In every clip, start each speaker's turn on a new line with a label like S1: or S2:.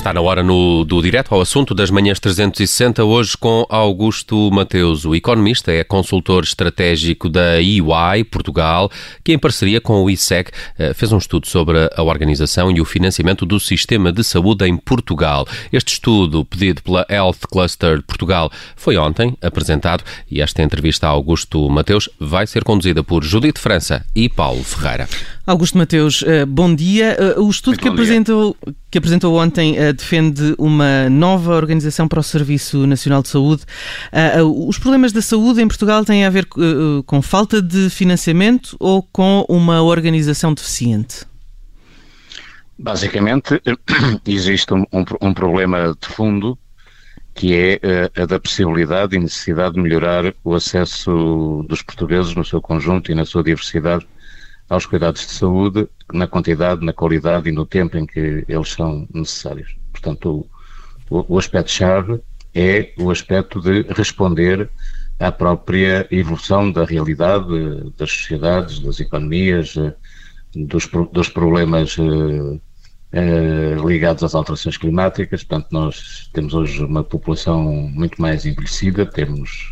S1: Está na hora do Direto ao Assunto das Manhãs 360, hoje com Augusto Mateus. O economista é consultor estratégico da EY Portugal, que em parceria com o ISEC fez um estudo sobre a organização e o financiamento do sistema de saúde em Portugal. Este estudo, pedido pela Health Cluster de Portugal, foi ontem apresentado e esta entrevista a Augusto Mateus vai ser conduzida por Judite França e Paulo Ferreira.
S2: Augusto Mateus, bom dia. O estudo que apresentou ontem defende uma nova organização para o Serviço Nacional de Saúde. Os problemas da saúde em Portugal têm a ver com falta de financiamento ou com uma organização deficiente?
S3: Basicamente, existe um problema de fundo, que é a da possibilidade e necessidade de melhorar o acesso dos portugueses no seu conjunto e na sua diversidade aos cuidados de saúde, na quantidade, na qualidade e no tempo em que eles são necessários. Portanto, o aspecto-chave é o aspecto de responder à própria evolução da realidade, das sociedades, das economias, dos problemas ligados às alterações climáticas. Portanto, nós temos hoje uma população muito mais envelhecida, temos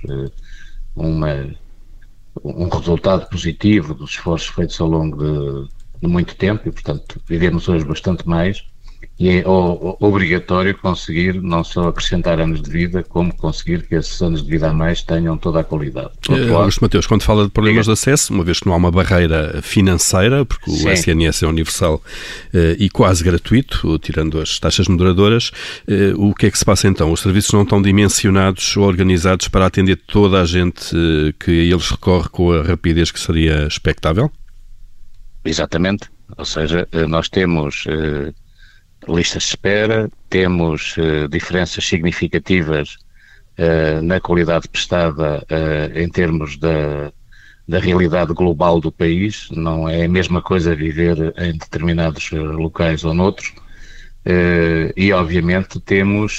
S3: um resultado positivo dos esforços feitos ao longo de muito tempo e, portanto, vivemos hoje bastante mais e é obrigatório conseguir não só acrescentar anos de vida, como conseguir que esses anos de vida a mais tenham toda a qualidade.
S4: Augusto Mateus, quando fala de problemas de acesso, uma vez que não há uma barreira financeira, porque o SNS é universal e quase gratuito, tirando as taxas moderadoras, o que é que se passa então? Os serviços não estão dimensionados ou organizados para atender toda a gente que a eles recorre com a rapidez que seria expectável?
S3: Exatamente, ou seja, nós temos listas de espera, temos diferenças significativas na qualidade prestada em termos da realidade global do país. Não é a mesma coisa viver em determinados locais ou noutros, e obviamente temos,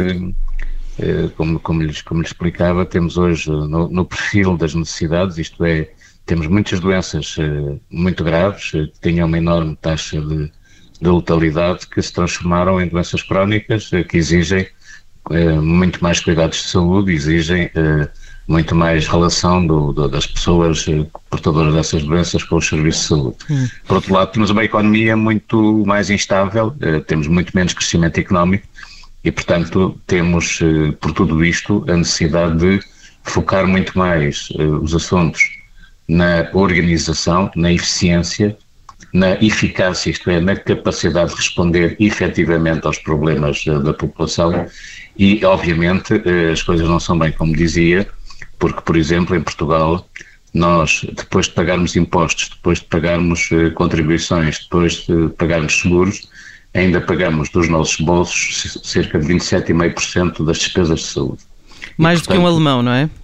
S3: como lhe explicava, temos hoje no perfil das necessidades, isto é, temos muitas doenças muito graves, que tinham uma enorme taxa de letalidade, que se transformaram em doenças crónicas que exigem muito mais cuidados de saúde, exigem muito mais relação das pessoas portadoras dessas doenças com os serviços de saúde. Por outro lado, temos uma economia muito mais instável, temos muito menos crescimento económico e, portanto, temos por tudo isto a necessidade de focar muito mais os assuntos na organização, na eficiência, na eficácia, isto é, na capacidade de responder efetivamente aos problemas da população e, obviamente, as coisas não são bem como dizia, porque, por exemplo, em Portugal, nós, depois de pagarmos impostos, depois de pagarmos contribuições, depois de pagarmos seguros, ainda pagamos dos nossos bolsos cerca de 27,5% das despesas de saúde.
S2: Mais do que um alemão, não é?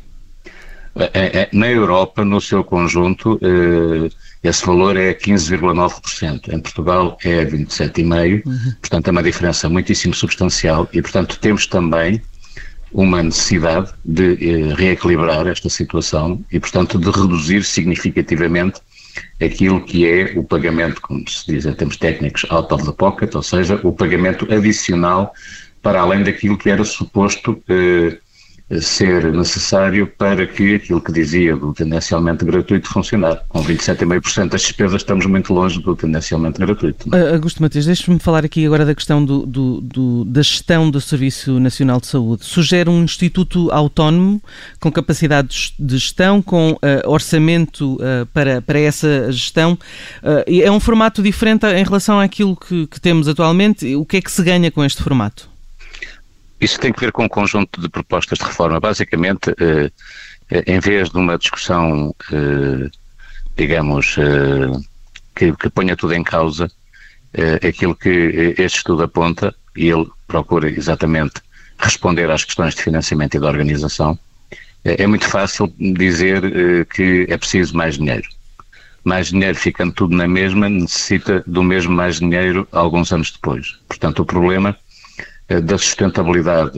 S3: Na Europa, no seu conjunto, esse valor é 15,9%. Em Portugal é 27,5%, portanto é uma diferença muitíssimo substancial e, portanto, temos também uma necessidade de reequilibrar esta situação e, portanto, de reduzir significativamente aquilo que é o pagamento, como se diz em termos técnicos, out of the pocket, ou seja, o pagamento adicional para além daquilo que era suposto ser necessário para que aquilo que dizia do tendencialmente gratuito funcionar. Com 27,5% das despesas estamos muito longe do tendencialmente gratuito.
S2: Augusto Mateus, deixe-me falar aqui agora da questão da gestão do Serviço Nacional de Saúde. Sugere um instituto autónomo com capacidade de gestão, com orçamento para essa gestão. É um formato diferente em relação àquilo que temos atualmente. O que é que se ganha com este formato?
S3: Isso tem que ver com um conjunto de propostas de reforma. Basicamente, em vez de uma discussão, digamos, que ponha tudo em causa, aquilo que este estudo aponta, e ele procura exatamente responder às questões de financiamento e de organização, é muito fácil dizer que é preciso mais dinheiro. Mais dinheiro, ficando tudo na mesma, necessita do mesmo mais dinheiro alguns anos depois. Portanto, o problema da sustentabilidade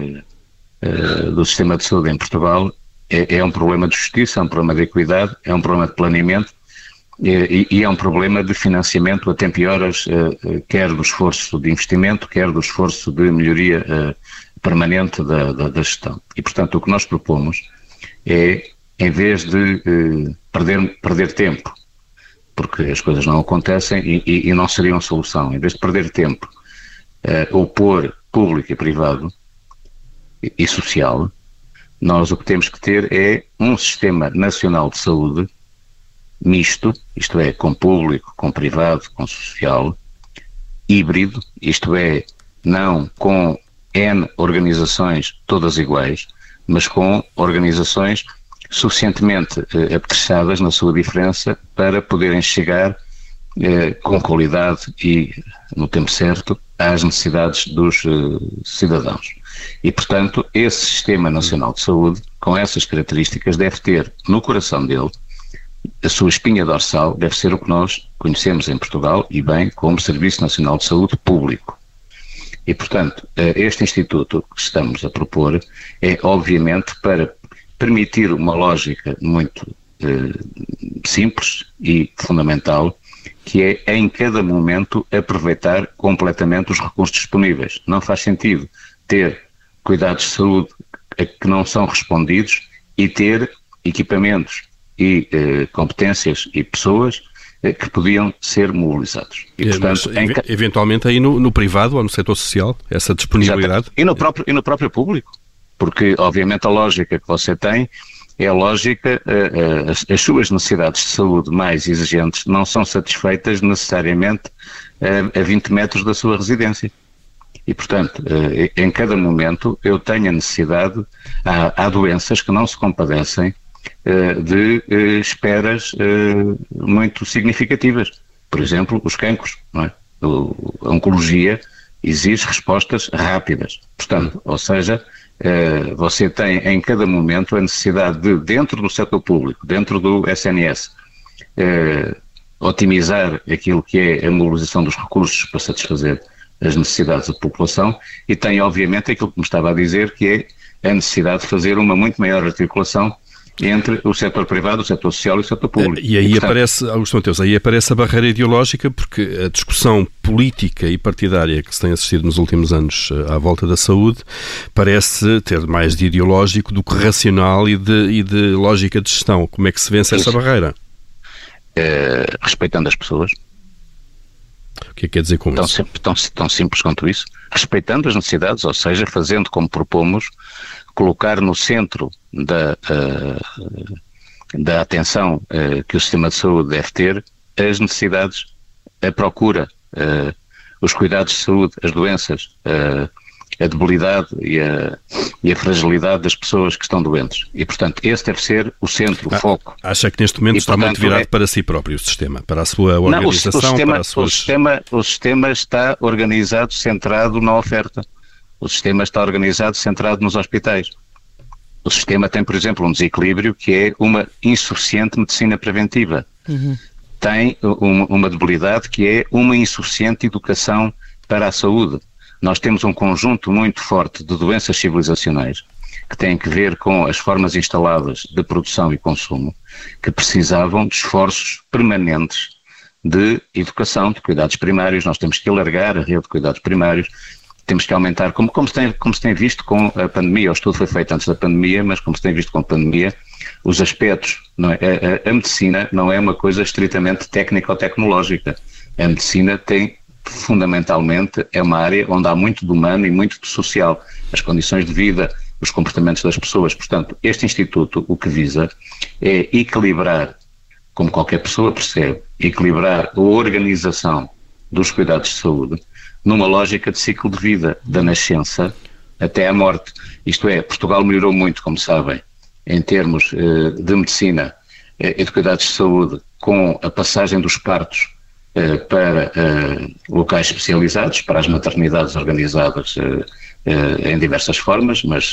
S3: do sistema de saúde em Portugal é um problema de justiça, é um problema de equidade, é um problema de planeamento e é um problema de financiamento a tempo e horas, quer do esforço de investimento, quer do esforço de melhoria permanente da gestão. E, portanto, o que nós propomos é, em vez de perder tempo, porque as coisas não acontecem e não seriam solução, em vez de perder tempo, opor público e privado e social, nós o que temos que ter é um sistema nacional de saúde misto, isto é, com público, com privado, com social, híbrido, isto é, não com N organizações todas iguais, mas com organizações suficientemente apetrechadas na sua diferença para poderem chegar com qualidade e no tempo certo às necessidades dos cidadãos. E, portanto, esse Sistema Nacional de Saúde, com essas características, deve ter no coração dele, a sua espinha dorsal deve ser o que nós conhecemos em Portugal e bem como Serviço Nacional de Saúde Público. E, portanto, este instituto que estamos a propor é, obviamente, para permitir uma lógica muito simples e fundamental, que é, em cada momento, aproveitar completamente os recursos disponíveis. Não faz sentido ter cuidados de saúde que não são respondidos e ter equipamentos e competências e pessoas que podiam ser mobilizados. E, portanto,
S4: eventualmente aí no privado ou no setor social, essa disponibilidade?
S3: E no próprio público, porque obviamente a lógica que você tem é a lógica, as suas necessidades de saúde mais exigentes não são satisfeitas necessariamente a 20 metros da sua residência. E, portanto, em cada momento eu tenho a necessidade, há doenças que não se compadecem de esperas muito significativas. Por exemplo, os cancros, não é? A oncologia exige respostas rápidas. Portanto, ou seja, você tem em cada momento a necessidade de, dentro do setor público, dentro do SNS, otimizar aquilo que é a mobilização dos recursos para satisfazer as necessidades da população e tem, obviamente, aquilo que me estava a dizer, que é a necessidade de fazer uma muito maior articulação entre o setor privado, o setor social e o setor público.
S4: E aí aparece, Augusto Mateus, aí aparece a barreira ideológica, porque a discussão política e partidária que se tem assistido nos últimos anos à volta da saúde parece ter mais de ideológico do que racional e de lógica de gestão. Como é que se vence essa barreira?
S3: Respeitando as pessoas.
S4: O que é que quer dizer com isso?
S3: Tão simples quanto isso. Respeitando as necessidades, ou seja, fazendo como propomos, colocar no centro da atenção que o sistema de saúde deve ter as necessidades, a procura, os cuidados de saúde, as doenças, a debilidade e a fragilidade das pessoas que estão doentes. E, portanto, esse deve ser o centro, o foco.
S4: Acha que neste momento está muito virado para si próprio o sistema, para a sua organização?
S3: O sistema está organizado, centrado na oferta. O sistema está organizado, centrado nos hospitais. O sistema tem, por exemplo, um desequilíbrio que é uma insuficiente medicina preventiva. Tem uma debilidade que é uma insuficiente educação para a saúde. Nós temos um conjunto muito forte de doenças civilizacionais que têm que ver com as formas instaladas de produção e consumo que precisavam de esforços permanentes de educação, de cuidados primários. Nós temos que alargar a rede de cuidados primários, temos que aumentar, como se tem visto com a pandemia. O estudo foi feito antes da pandemia, mas como se tem visto com a pandemia, os aspectos, não é? A medicina não é uma coisa estritamente técnica ou tecnológica. A medicina tem, fundamentalmente, é uma área onde há muito de humano e muito de social. As condições de vida, os comportamentos das pessoas. Portanto, este Instituto o que visa é equilibrar, como qualquer pessoa percebe, equilibrar a organização dos cuidados de saúde numa lógica de ciclo de vida, da nascença até à morte. Isto é, Portugal melhorou muito, como sabem, em termos de medicina e de cuidados de saúde, com a passagem dos partos para locais especializados, para as maternidades organizadas em diversas formas, mas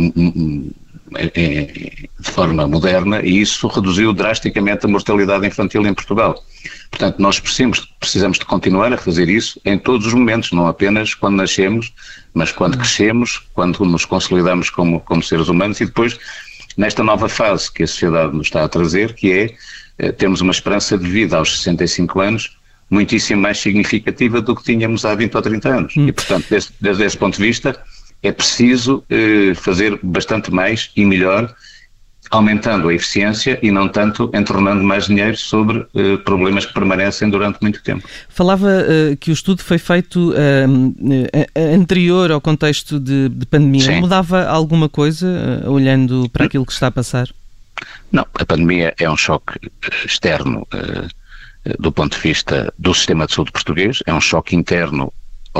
S3: de forma moderna, e isso reduziu drasticamente a mortalidade infantil em Portugal. Portanto, nós precisamos de continuar a fazer isso em todos os momentos, não apenas quando nascemos, mas quando crescemos, quando nos consolidamos como seres humanos e depois nesta nova fase que a sociedade nos está a trazer, que é temos uma esperança de vida aos 65 anos muitíssimo mais significativa do que tínhamos há 20 ou 30 anos. E, portanto, desde esse ponto de vista, é preciso fazer bastante mais e melhor, aumentando a eficiência e não tanto entornando mais dinheiro sobre problemas que permanecem durante muito tempo.
S2: Falava que o estudo foi feito anterior ao contexto de pandemia. Sim. Mudava alguma coisa olhando para aquilo que está a passar?
S3: Não, a pandemia é um choque externo do ponto de vista do sistema de saúde português, é um choque interno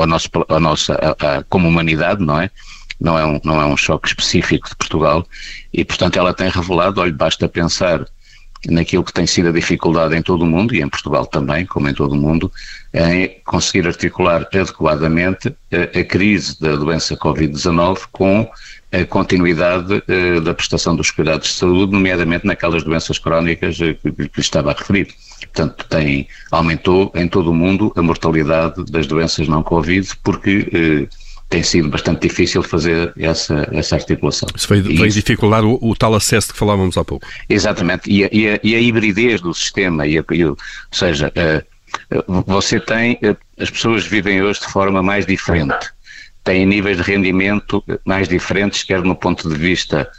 S3: como humanidade, não é? Não é um choque específico de Portugal e, portanto, ela tem revelado, olha, basta pensar naquilo que tem sido a dificuldade em todo o mundo e em Portugal também, como em todo o mundo, em conseguir articular adequadamente a crise da doença Covid-19 com a continuidade da prestação dos cuidados de saúde, nomeadamente naquelas doenças crónicas que lhe estava a referir. Portanto, aumentou em todo o mundo a mortalidade das doenças não Covid porque tem sido bastante difícil fazer essa articulação.
S4: Isso vai dificultar o tal acesso que falávamos há pouco.
S3: Exatamente, e a hibridez do sistema, ou seja, você tem, as pessoas vivem hoje de forma mais diferente, têm níveis de rendimento mais diferentes, quer no ponto de vista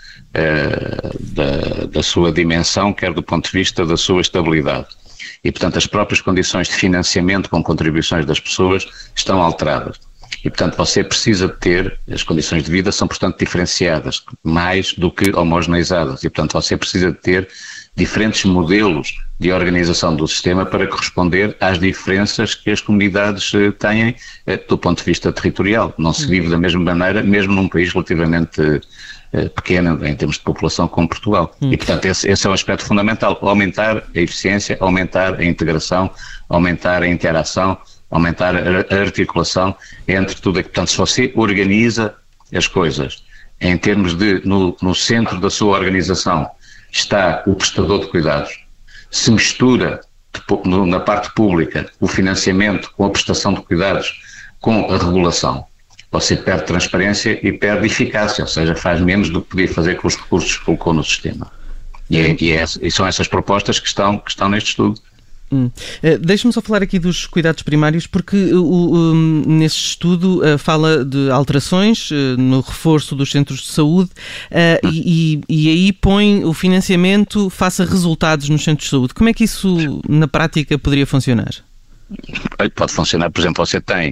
S3: da sua dimensão, quer do ponto de vista da sua estabilidade. E, portanto, as próprias condições de financiamento com contribuições das pessoas estão alteradas. E, portanto, você precisa de ter, as condições de vida são, portanto, diferenciadas, mais do que homogeneizadas. E, portanto, você precisa de ter diferentes modelos de organização do sistema para corresponder às diferenças que as comunidades têm do ponto de vista territorial. Não se vive da mesma maneira, mesmo num país relativamente pequeno em termos de população como Portugal. E, portanto, esse é um aspecto fundamental. Aumentar a eficiência, aumentar a integração, aumentar a interação, aumentar a articulação entre tudo. Portanto, se você organiza as coisas em termos de, no centro da sua organização está o prestador de cuidados, se mistura na parte pública o financiamento com a prestação de cuidados com a regulação, você perde transparência e perde eficácia, ou seja, faz menos do que podia fazer com os recursos que colocou no sistema. E são essas propostas que estão neste estudo.
S2: Deixe-me só falar aqui dos cuidados primários, porque nesse estudo fala de alterações no reforço dos centros de saúde e aí põe o financiamento face a resultados nos centros de saúde. Como é que isso na prática poderia funcionar?
S3: Pode funcionar, por exemplo, você tem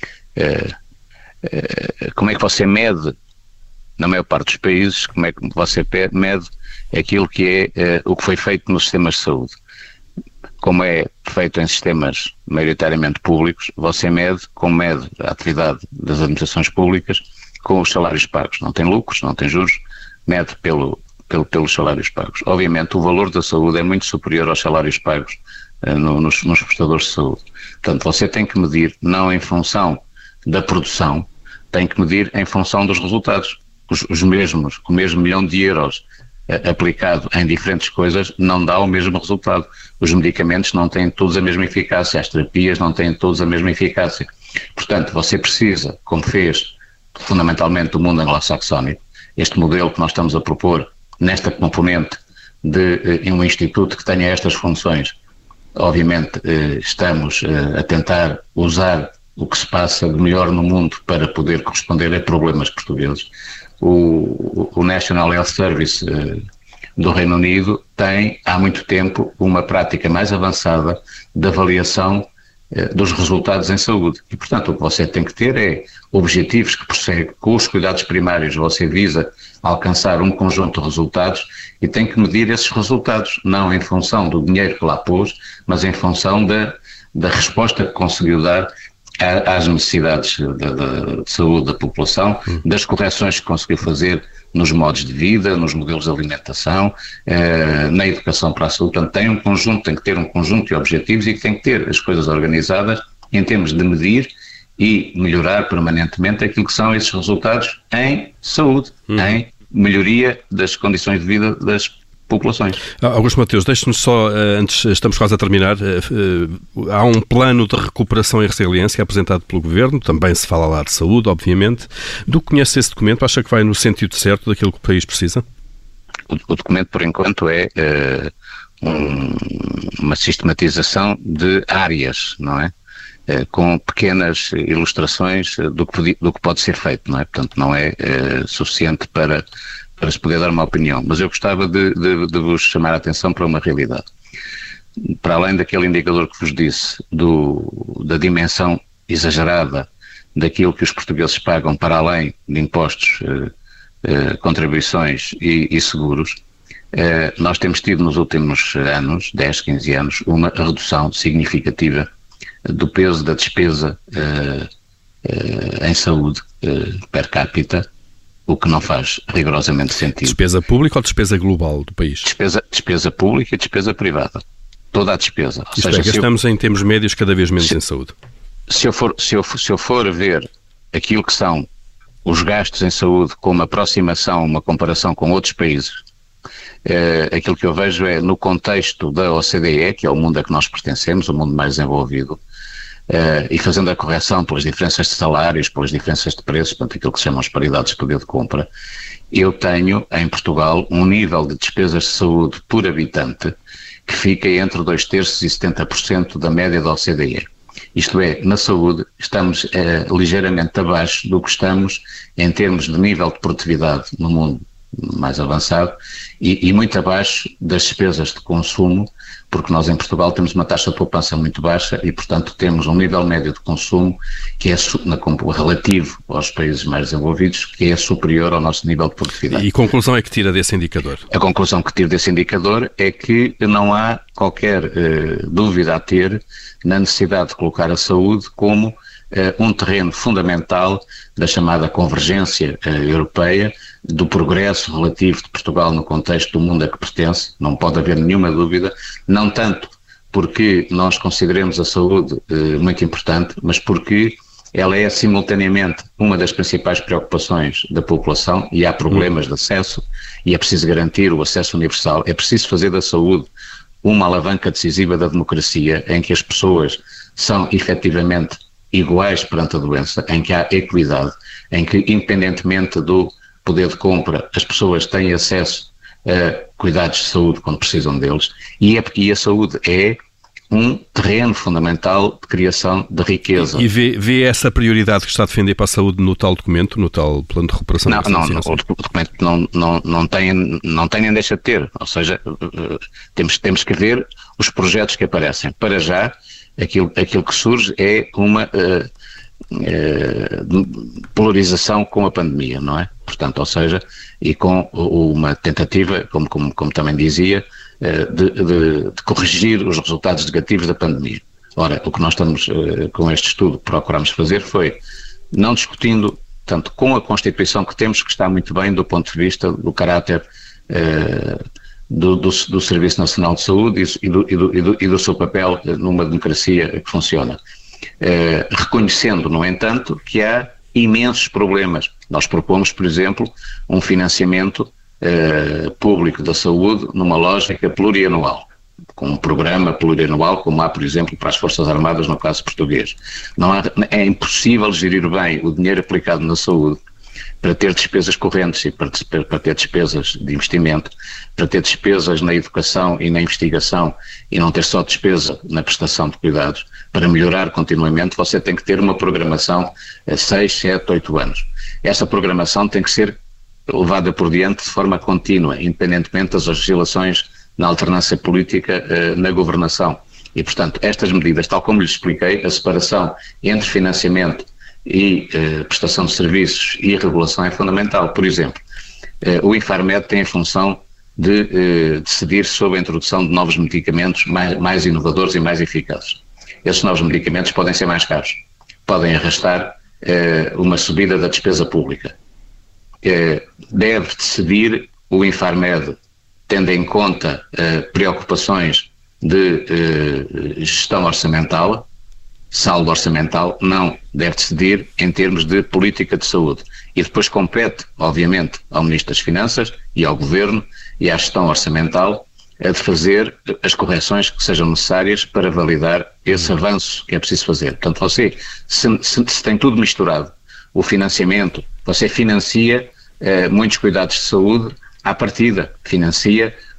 S3: como é que você mede na maior parte dos países, como é que você mede aquilo que é o que foi feito nos sistemas de saúde. Como é feito em sistemas maioritariamente públicos, você mede a atividade das administrações públicas com os salários pagos. Não tem lucros, não tem juros, mede pelos salários pagos. Obviamente, o valor da saúde é muito superior aos salários pagos nos prestadores de saúde. Portanto, você tem que medir não em função da produção, tem que medir em função dos resultados. O mesmo milhão de euros aplicado em diferentes coisas não dá o mesmo resultado. Os medicamentos não têm todos a mesma eficácia, as terapias não têm todos a mesma eficácia. Portanto, você precisa, como fez fundamentalmente o mundo anglo-saxónico, este modelo que nós estamos a propor nesta componente de um instituto que tenha estas funções, obviamente estamos a tentar usar o que se passa de melhor no mundo para poder corresponder a problemas portugueses. O National Health Service do Reino Unido tem há muito tempo uma prática mais avançada de avaliação dos resultados em saúde. E, portanto, o que você tem que ter é objetivos que prosseguem com os cuidados primários. Você visa alcançar um conjunto de resultados e tem que medir esses resultados, não em função do dinheiro que lá pôs, mas em função da resposta que conseguiu dar às necessidades de saúde da população, das correções que conseguiu fazer nos modos de vida, nos modelos de alimentação, na educação para a saúde. Portanto, tem que ter um conjunto de objetivos e tem que ter as coisas organizadas em termos de medir e melhorar permanentemente aquilo que são esses resultados em saúde, em melhoria das condições de vida das populações.
S4: Augusto Mateus, deixe-nos só, antes, estamos quase a terminar, há um plano de recuperação e resiliência apresentado pelo Governo, também se fala lá de saúde, obviamente. Do que conhece esse documento, acha que vai no sentido certo daquilo que o país precisa?
S3: O documento, por enquanto, é uma sistematização de áreas, não é? Com pequenas ilustrações do que pode ser feito, não é? Portanto, não é suficiente para se poder dar uma opinião. Mas eu gostava de vos chamar a atenção para uma realidade. Para além daquele indicador que vos disse, da dimensão exagerada daquilo que os portugueses pagam para além de impostos, contribuições e seguros, nós temos tido nos últimos anos, 10, 15 anos, uma redução significativa do peso da despesa em saúde per capita, o que não faz rigorosamente sentido.
S4: Despesa pública ou despesa global do país?
S3: Despesa pública e despesa privada. Toda a despesa.
S4: Ou seja, gastamos em termos médios cada vez menos em saúde.
S3: Se eu for a ver aquilo que são os gastos em saúde com uma aproximação, uma comparação com outros países, aquilo que eu vejo é, no contexto da OCDE, que é o mundo a que nós pertencemos, o mundo mais desenvolvido, e fazendo a correção pelas diferenças de salários, pelas diferenças de preços, portanto, aquilo que se chamam as paridades de poder de compra, eu tenho em Portugal um nível de despesas de saúde por habitante que fica entre 2/3 e 70% da média da OCDE. Isto é, na saúde estamos ligeiramente abaixo do que estamos em termos de nível de produtividade no mundo mais avançado e muito abaixo das despesas de consumo, porque nós em Portugal temos uma taxa de poupança muito baixa e, portanto, temos um nível médio de consumo que é relativo aos países mais desenvolvidos, que é superior ao nosso nível de produtividade.
S4: E a conclusão é que tira desse indicador?
S3: A conclusão que tiro desse indicador é que não há qualquer dúvida a ter na necessidade de colocar a saúde como um terreno fundamental da chamada convergência europeia, do progresso relativo de Portugal no contexto do mundo a que pertence. Não pode haver nenhuma dúvida, não tanto porque nós consideremos a saúde muito importante, mas porque ela é simultaneamente uma das principais preocupações da população e há problemas de acesso e é preciso garantir o acesso universal, é preciso fazer da saúde uma alavanca decisiva da democracia em que as pessoas são efetivamente iguais perante a doença, em que há equidade, em que independentemente do poder de compra as pessoas têm acesso a cuidados de saúde quando precisam deles e a saúde é um terreno fundamental de criação de riqueza.
S4: E vê essa prioridade que está a defender para a saúde no tal documento, no tal plano de recuperação?
S3: O documento não tem nem deixa de ter, ou seja, temos que ver os projetos que aparecem. Para já, aquilo que surge é uma polarização com a pandemia, não é? Portanto, ou seja, e com uma tentativa, como também dizia, de corrigir os resultados negativos da pandemia. Ora, o que nós estamos com este estudo procuramos fazer foi, não discutindo tanto com a Constituição que temos, que está muito bem do ponto de vista do caráter do Serviço Nacional de Saúde e do seu papel numa democracia que funciona. Reconhecendo, no entanto, que há imensos problemas. Nós propomos, por exemplo, um financiamento público da saúde numa lógica plurianual, com um programa plurianual como há, por exemplo, para as Forças Armadas no caso português. É impossível gerir bem o dinheiro aplicado na saúde para ter despesas correntes e para ter despesas de investimento, para ter despesas na educação e na investigação e não ter só despesa na prestação de cuidados. Para melhorar continuamente você tem que ter uma programação a 6, 7, 8 anos. Essa programação tem que ser levada por diante de forma contínua, independentemente das oscilações na alternância política na governação. E, portanto, estas medidas, tal como lhes expliquei, a separação entre financiamento e prestação de serviços e regulação é fundamental. Por exemplo, o Infarmed tem a função de decidir sobre a introdução de novos medicamentos mais inovadores e mais eficazes. Esses novos medicamentos podem ser mais caros, podem arrastar uma subida da despesa pública. Deve decidir o Infarmed, tendo em conta preocupações de gestão orçamental, saldo orçamental, não deve decidir em termos de política de saúde. E depois compete, obviamente, ao Ministro das Finanças e ao Governo e à gestão orçamental de fazer as correções que sejam necessárias para validar esse avanço que é preciso fazer. Portanto, você, se tem tudo misturado, o financiamento, você financia muitos cuidados de saúde à partida, financia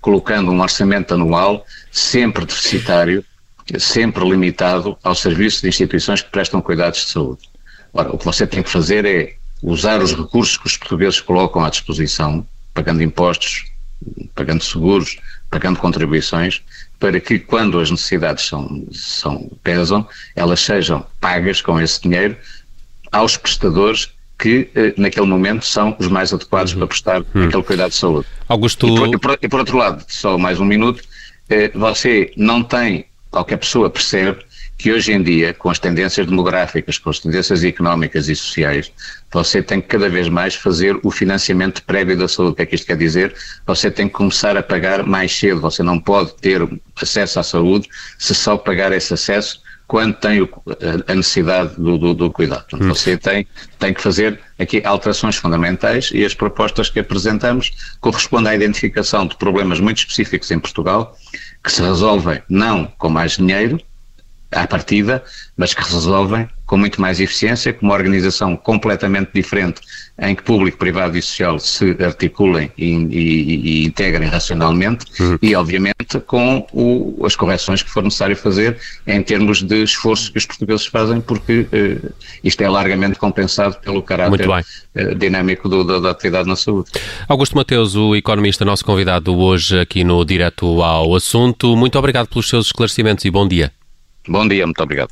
S3: colocando um orçamento anual sempre deficitário, sempre limitado ao serviço de instituições que prestam cuidados de saúde. Ora, o que você tem que fazer é usar os recursos que os portugueses colocam à disposição, pagando impostos, pagando seguros, pagando contribuições, para que quando as necessidades pesam, elas sejam pagas com esse dinheiro aos prestadores que naquele momento são os mais adequados para prestar aquele cuidado de saúde.
S1: Augusto...
S3: E por outro lado, só mais um minuto, você não tem, qualquer pessoa percebe que hoje em dia, com as tendências demográficas, com as tendências económicas e sociais, você tem que cada vez mais fazer o financiamento prévio da saúde. O que é que isto quer dizer? Você tem que começar a pagar mais cedo, você não pode ter acesso à saúde se só pagar esse acesso quando tem a necessidade do cuidado. Portanto, você tem que fazer aqui alterações fundamentais e as propostas que apresentamos correspondem à identificação de problemas muito específicos em Portugal, que se resolvem não com mais dinheiro, à partida, mas que resolvem com muito mais eficiência, com uma organização completamente diferente em que público, privado e social se articulem e integrem racionalmente e, obviamente, com as correções que for necessário fazer em termos de esforço que os portugueses fazem, porque isto é largamente compensado pelo caráter dinâmico da atividade na saúde.
S1: Augusto Mateus, o economista, nosso convidado hoje aqui no Direto ao Assunto. Muito obrigado pelos seus esclarecimentos e bom dia.
S3: Bom dia, muito obrigado.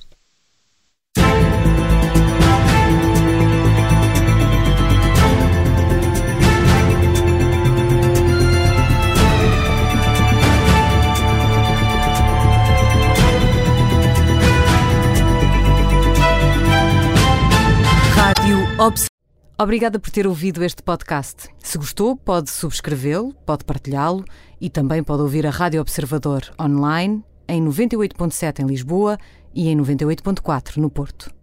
S5: Obrigada por ter ouvido este podcast. Se gostou, pode subscrevê-lo, pode partilhá-lo e também pode ouvir a Rádio Observador online em 98.7 em Lisboa e em 98.4 no Porto.